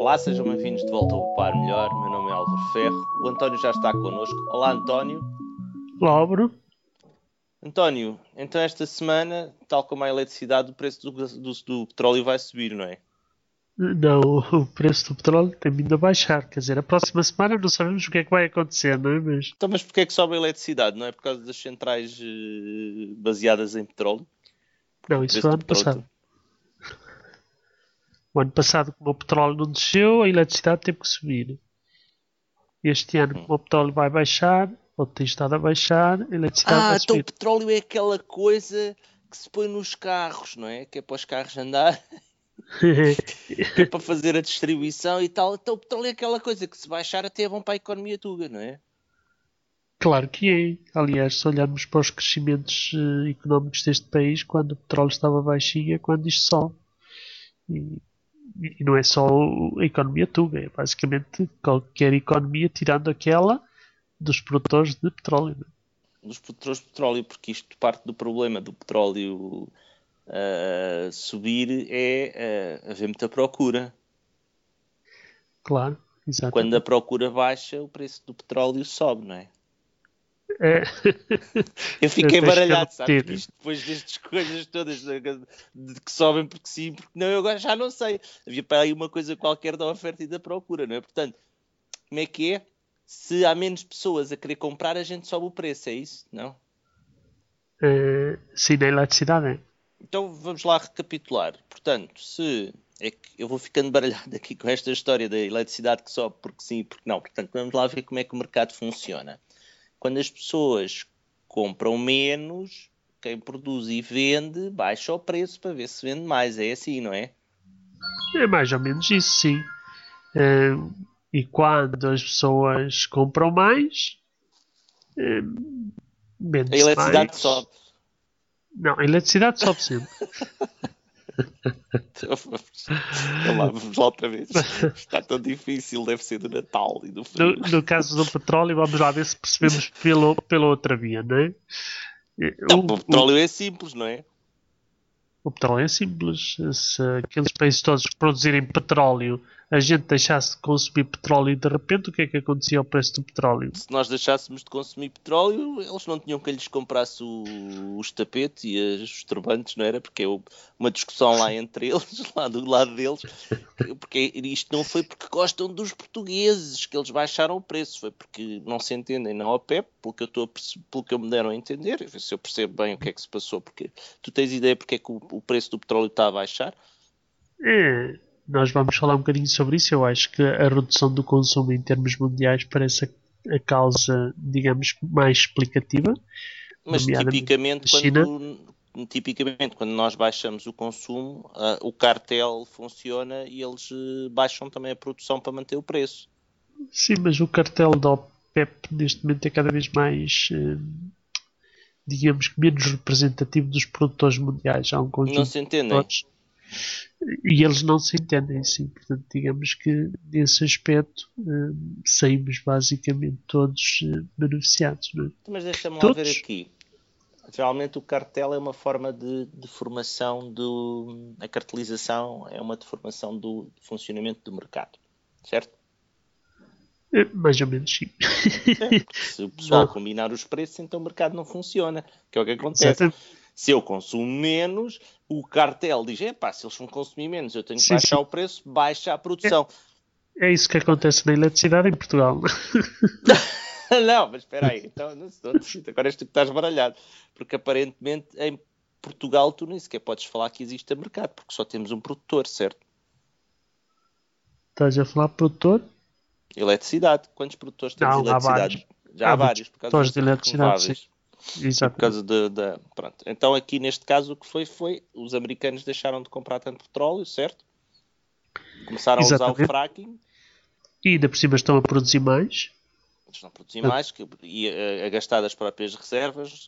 Olá, sejam bem-vindos de volta ao Par Melhor. Meu nome é Álvaro Ferro. O António já está connosco. Olá, António. Olá, Bruno. António, então esta semana, tal como a eletricidade, o preço do petróleo vai subir, não é? Não, o preço do petróleo tem vindo a baixar. Quer dizer, a próxima semana não sabemos o que é que vai acontecer, não é? Então, mas porquê é que sobe a eletricidade? Não é por causa das centrais baseadas em petróleo? Porque Não, o isso preço foi do ano petróleo... passado. O ano passado, como o petróleo não desceu, a eletricidade teve que subir. Este ano, Hum. como o petróleo vai baixar, ou tem estado a baixar, a eletricidade vai Então o subir. petróleo é aquela coisa que se põe nos carros, não é? Que é para os carros andar, que é para fazer a distribuição e tal. Então o petróleo é aquela coisa que se baixar até é bom para a economia tuga, não é? Claro que é. Aliás, se olharmos para os crescimentos económicos deste país, quando o petróleo estava baixinho, é quando isto sobe. E, e não é só a economia tuga, é basicamente qualquer economia tirando aquela dos produtores de petróleo. Não é? Dos produtores de petróleo, porque isto parte do problema do petróleo subir é haver muita procura. Claro, Quando a exatamente. procura baixa, o preço do petróleo sobe, não é? É, Eu fiquei tens que baralhado, sabes? Que repetir. isto depois destas coisas todas de que sobem porque sim, porque não, eu agora já não sei. Havia para aí uma coisa qualquer da oferta e da procura, não é? Portanto, como é que é? Se há menos pessoas a querer comprar, a gente sobe o preço, é isso? Não? Sim, na eletricidade é. Então vamos lá recapitular. Portanto, se é que eu vou ficando baralhado aqui com esta história da eletricidade que sobe porque sim e porque não. Portanto, vamos lá ver como é que o mercado funciona. Quando as pessoas compram menos, quem produz e vende baixa o preço para ver se vende mais. É assim, não é? É mais ou menos isso, sim. É, e quando as pessoas compram mais, é, A vende-se eletricidade mais. sobe. Não, a eletricidade sobe sempre. Vamos lá outra vez. Está tão difícil, deve ser do Natal e do No, frio. no caso do petróleo, vamos lá ver se percebemos pela outra via, não é? Não, o petróleo é simples, não é? O petróleo é simples. Se aqueles países todos produzirem petróleo, a gente deixasse de consumir petróleo e de repente o que é que acontecia ao preço do petróleo? Se nós deixássemos de consumir petróleo, eles não tinham que lhes comprasse os tapetes e os turbantes, não era? Porque é uma discussão lá entre eles, lá do lado deles, porque isto não foi porque gostam dos portugueses que eles baixaram o preço, foi porque não se entendem na OPEP, pelo que eu me deram a entender, a ver se eu percebo bem o que é que se passou, porque tu tens ideia porque é que o preço do petróleo está a baixar? É, nós vamos falar um bocadinho sobre isso. Eu acho que a redução do consumo em termos mundiais parece a causa, digamos, mais explicativa, Mas nomeadamente tipicamente a China. quando nós baixamos o consumo, o cartel funciona e eles baixam também a produção para manter o preço. Sim, mas o cartel da OPEP neste momento é cada vez mais, digamos que menos representativo dos produtores mundiais. Há um Não conjunto se de entendem? produtores e eles não se entendem, sim. Portanto, digamos que nesse aspecto saímos basicamente todos beneficiados. Não é? Mas deixa-me lá ver Todos? aqui. Geralmente o cartel é uma forma de formação do. A cartelização é uma deformação do funcionamento do mercado. Certo? Mais ou menos sim. Certo. Porque se o pessoal Não, combinar os preços, então o mercado não funciona. Que é o que acontece. exatamente. Se eu consumo menos, o cartel diz: epá, se eles vão consumir menos, eu tenho que Sim, baixar sim. o preço, baixa a É, produção. é isso que acontece na eletricidade em Portugal. Não, mas espera aí, então, não sei, agora és tu que estás baralhado. Porque aparentemente em Portugal tu nem sequer podes falar que existe a mercado, porque só temos um produtor, certo? Estás a falar produtor? Eletricidade. Quantos produtores temos de Não, há eletricidade? vários. Já há Há muitos vários, por causa produtores das de eletricidade, sim. renováveis. E por Exatamente. causa da. Pronto. Então aqui neste caso o que foi os americanos deixaram de comprar tanto petróleo, certo? Começaram a usar o Exatamente. fracking, E ainda por cima estão a produzir mais. eles não produzem mais, e a gastar das próprias reservas.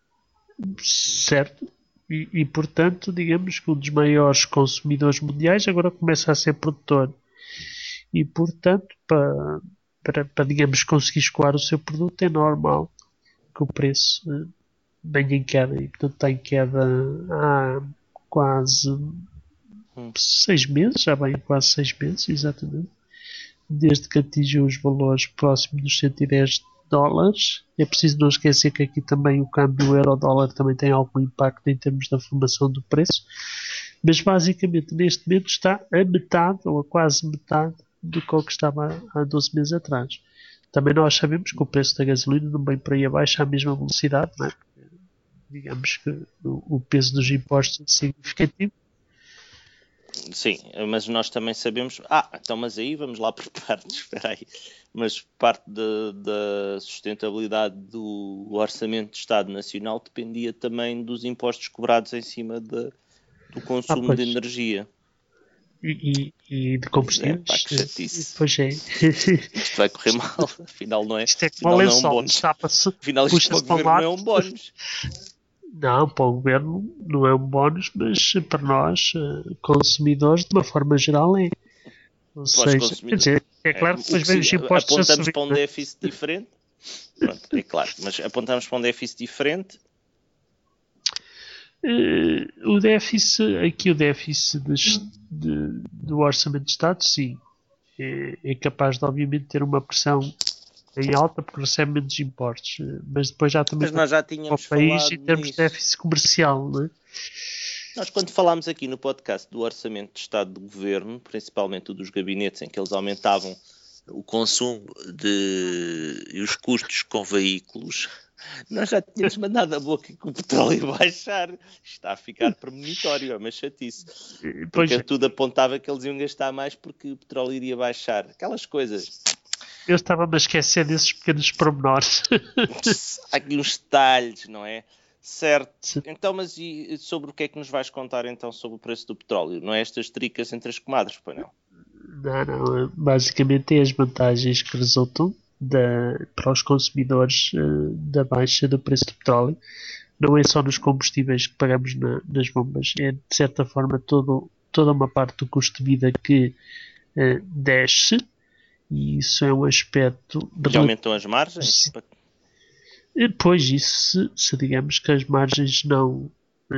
Certo? Portanto, digamos que um dos maiores consumidores mundiais agora começa a ser produtor. E, portanto, para digamos, conseguir escoar o seu produto, é normal que o preço venha em queda. E, portanto, está em queda há quase 6 meses, já bem quase 6 meses, exatamente, desde que atingiu os valores próximos dos $110. É preciso não esquecer que aqui também o câmbio euro-dólar também tem algum impacto em termos da formação do preço, mas basicamente neste momento está a metade ou a quase metade do que estava há 12 meses atrás. Também nós sabemos que o preço da gasolina não vem para aí abaixo à mesma velocidade, não é? Digamos que o peso dos impostos é significativo. Sim, mas nós também sabemos. Então, mas aí vamos lá por partes, espera aí. Mas parte da sustentabilidade do Orçamento de Estado Nacional dependia também dos impostos cobrados em cima do consumo de energia. E de combustíveis. Que chatice. Pois é. Isto vai correr mal, afinal não é. Isto é como Afinal, lençol, tapa-se, afinal isto para o governo não é um bónus. Não, para o governo não é um bónus, mas para nós, consumidores, de uma forma geral, é. Ou seja, quer dizer, é claro que depois vem os impostos a apontamos subir, para um déficit diferente. Pronto, é claro, mas apontamos para um déficit diferente. O déficit do Orçamento de Estado, sim, é capaz de, obviamente, ter uma pressão em alta porque recebe menos impostos, mas depois já também mas nós já tínhamos o país falado em termos de déficit comercial, não é? Nós, quando falámos aqui no podcast do Orçamento de Estado do Governo, principalmente o dos gabinetes, em que eles aumentavam o consumo e os custos com veículos, nós já tínhamos mandado a boca que o petróleo ia baixar. Está a ficar premonitório, é uma chatice. Porque tudo apontava que eles iam gastar mais porque o petróleo iria baixar. Aquelas coisas. Eu estava-me a esquecer desses pequenos pormenores. Há aqui uns detalhes, não é? Certo. Então, mas e sobre o que é que nos vais contar então sobre o preço do petróleo? Não é estas tricas entre as comadres, pois não? Não. Basicamente é as vantagens que resultam para os consumidores da baixa do preço do petróleo. Não é só nos combustíveis que pagamos nas bombas, é de certa forma toda uma parte do custo de vida que desce, e isso é um aspecto... E aumentam as margens? Pois isso, se digamos que as margens não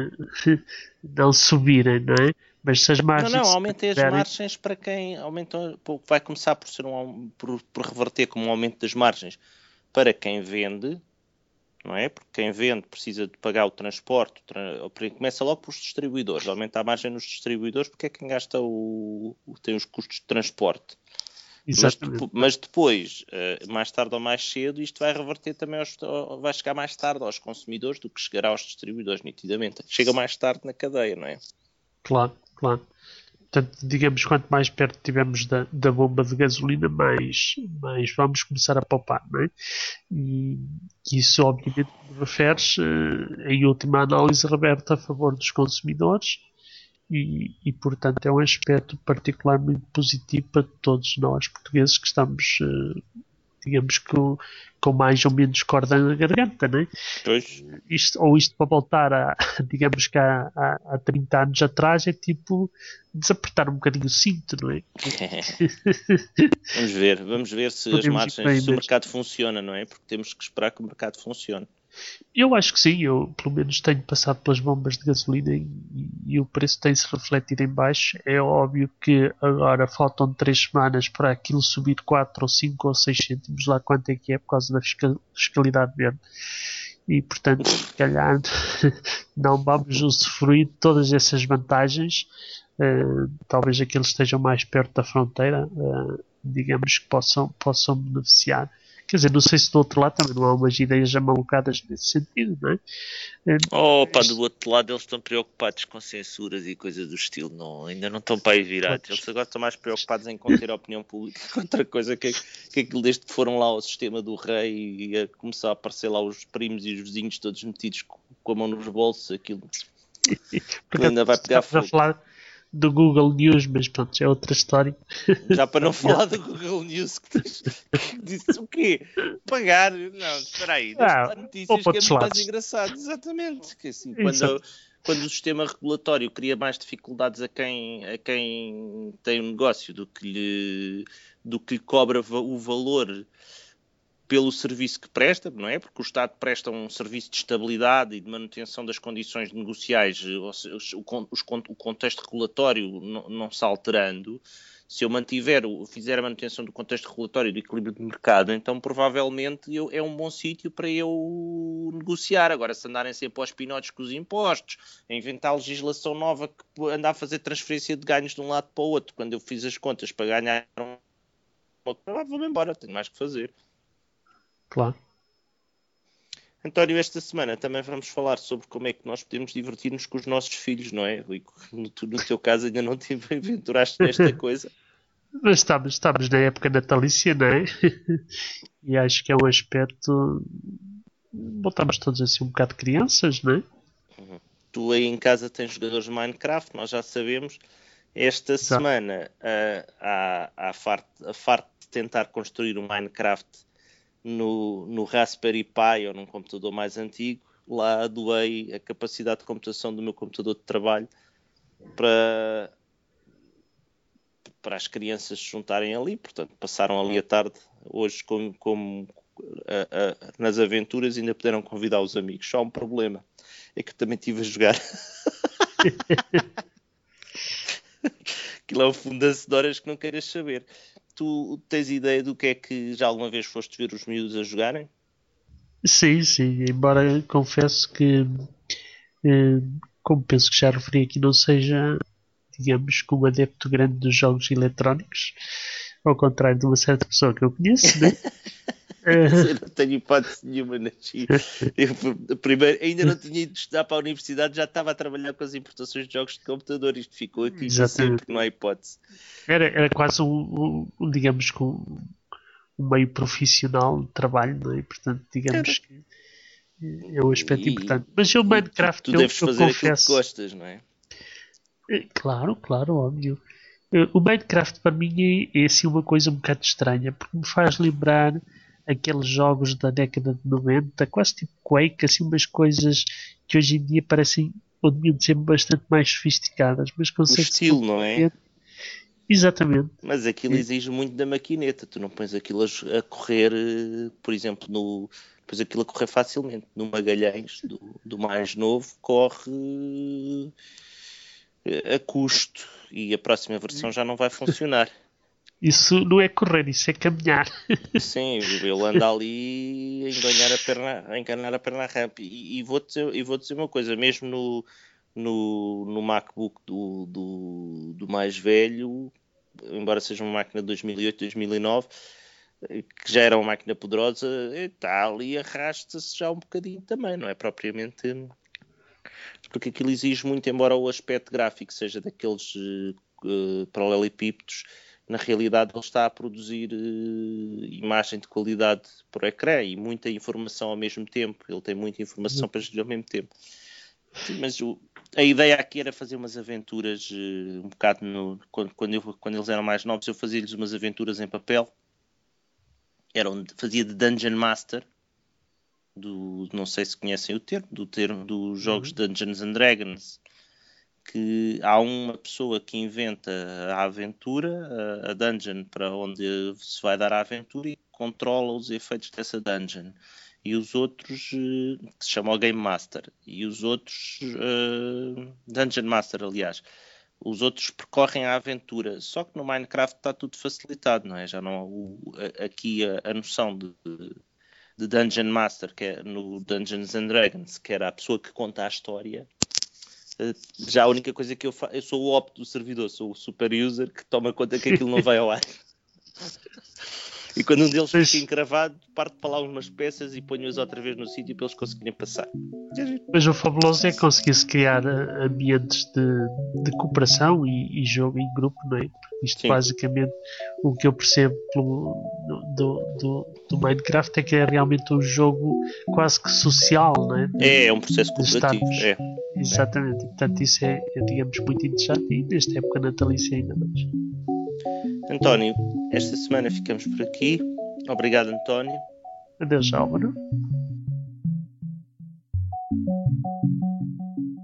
subirem, não é? Mas se as margens... Não, aumentem as margens para quem... vai começar por ser por reverter como um aumento das margens para quem vende, não é? Porque quem vende precisa de pagar o transporte, começa logo pelos distribuidores, aumenta a margem nos distribuidores porque é quem gasta tem os custos de transporte. Mas depois, mais tarde ou mais cedo, isto vai reverter também vai chegar mais tarde aos consumidores do que chegará aos distribuidores, nitidamente. Chega mais tarde na cadeia, não é? Claro. Portanto, digamos, quanto mais perto estivermos da bomba de gasolina, mais vamos começar a poupar, não é? E isso, obviamente, refere-se, em última análise, reverte a favor dos consumidores e, portanto, é um aspecto particularmente positivo para todos nós, portugueses, que estamos, digamos, com mais ou menos corda na garganta, não é? Pois. Isto para voltar digamos que há 30 anos atrás, é tipo desapertar um bocadinho o cinto, não é? Vamos ver se as margens, se o mercado funciona, não é? Porque temos que esperar que o mercado funcione. Eu acho que sim, eu pelo menos tenho passado pelas bombas de gasolina e o preço tem-se refletido em baixo. É óbvio que agora faltam 3 semanas para aquilo subir 4 ou 5 ou 6 cêntimos, lá quanto é que é, por causa da fiscalidade verde. E portanto, se calhar não vamos usufruir de todas essas vantagens. Talvez aqueles que estejam mais perto da fronteira, digamos que possam beneficiar. Quer dizer, não sei se do outro lado também não há umas ideias amalucadas nesse sentido, não é? Do outro lado eles estão preocupados com censuras e coisas do estilo, ainda não estão para aí virados. Eles agora estão mais preocupados em conter a opinião pública que outra coisa que aquilo desde que foram lá ao sistema do rei e a começar a aparecer lá os primos e os vizinhos todos metidos com a mão nos bolsos, aquilo ainda vai pegar fogo. Do Google News, mas pronto, é outra história. Já para não falar do Google News, que disse o quê? Pagar? Não, espera aí, deixa notícias que é muito mais engraçado. Exatamente, que assim, quando o sistema regulatório cria mais dificuldades a quem tem um negócio do que lhe cobra o valor pelo serviço que presta, não é? Porque o Estado presta um serviço de estabilidade e de manutenção das condições negociais, ou seja, o contexto regulatório não se alterando. Se eu fizer a manutenção do contexto regulatório e do equilíbrio de mercado, então provavelmente é um bom sítio para eu negociar. Agora, se andarem sempre aos pinotes com os impostos, a inventar legislação nova que anda a fazer transferência de ganhos de um lado para o outro, quando eu fiz as contas para ganhar vou-me embora, tenho mais que fazer. Claro. António, esta semana também vamos falar sobre como é que nós podemos divertir-nos com os nossos filhos, não é? Rui, no teu caso ainda não te aventuraste nesta coisa. Mas estamos na época natalícia, não é? E acho que é um aspecto. Voltamos todos assim um bocado de crianças, não é? Tu aí em casa tens jogadores de Minecraft, nós já sabemos. Esta semana, a farto de tentar construir um Minecraft no Raspberry Pi ou num computador mais antigo, lá doei a capacidade de computação do meu computador de trabalho para as crianças se juntarem ali. Portanto, passaram ali a tarde hoje nas aventuras e ainda puderam convidar os amigos. Só um problema é que eu também estive a jogar. Aquilo é um fundanço de horas que não queiras saber. Tu tens ideia do que é que já alguma vez foste ver os miúdos a jogarem? Sim, embora confesso que, como penso que já referi aqui, não seja, digamos, como adepto grande dos jogos eletrónicos, ao contrário de uma certa pessoa que eu conheço, né? Eu não tenho hipótese nenhuma, nasci. Primeiro, ainda não tinha ido estudar para a universidade, já estava a trabalhar com as importações de jogos de computador. Isto ficou aqui para sempre, não há hipótese. Era quase digamos, um meio profissional de trabalho, não é? Portanto, digamos que é um aspecto importante. Mas o Minecraft, tu deves fazer aquilo que gostas, não é? Claro, óbvio. O Minecraft para mim é assim uma coisa um bocado estranha, porque me faz lembrar aqueles jogos da década de 90, quase tipo Quake, assim umas coisas que hoje em dia parecem ou deviam ser bastante mais sofisticadas, mas consegue-se o estilo, não é? Exatamente. Mas aquilo exige muito da maquineta. Tu não pões aquilo a correr, por exemplo, pões aquilo a correr facilmente. No Magalhães, do mais novo, corre a custo. E a próxima versão já não vai funcionar. Isso não é correr, isso é caminhar. Sim, ele anda ali a enganar a perna rampa. E vou-te dizer uma coisa, mesmo no MacBook do mais velho, embora seja uma máquina de 2008, 2009, que já era uma máquina poderosa, está ali, arrasta-se já um bocadinho também, não é propriamente... Porque aquilo exige muito, embora o aspecto gráfico seja daqueles paralelepípedos, na realidade ele está a produzir imagem de qualidade por ecrã e muita informação ao mesmo tempo. Ele tem muita informação para gerir ao mesmo tempo. Sim, mas a ideia aqui era fazer umas aventuras um bocado quando eles eram mais novos, eu fazia-lhes umas aventuras em papel. Fazia de Dungeon Master, não sei se conhecem o termo dos jogos Dungeons and Dragons, que há uma pessoa que inventa a aventura, a dungeon para onde se vai dar a aventura e controla os efeitos dessa dungeon. E os outros, que se chama o Game Master, e os outros, Dungeon Master, aliás, os outros percorrem a aventura. Só que no Minecraft está tudo facilitado, não é? Já não há aqui a noção de Dungeon Master, que é no Dungeons and Dragons, que era a pessoa que conta a história. Já a única coisa que eu faço, eu sou o opt do servidor, sou o super user que toma conta que aquilo não vai ao ar. E quando um deles fica encravado, parto para lá umas peças e ponho-as outra vez no sítio para eles conseguirem passar. Mas o fabuloso é conseguir-se criar ambientes de cooperação e jogo em grupo, não é? Isto Sim. Basicamente o que eu percebo do Minecraft é que é realmente um jogo quase que social, não é? É um processo cooperativo. Exatamente, e, portanto isso é, digamos, muito interessante e nesta época natalícia ainda mais. António, esta semana ficamos por aqui. Obrigado, António. Adeus, Álvaro.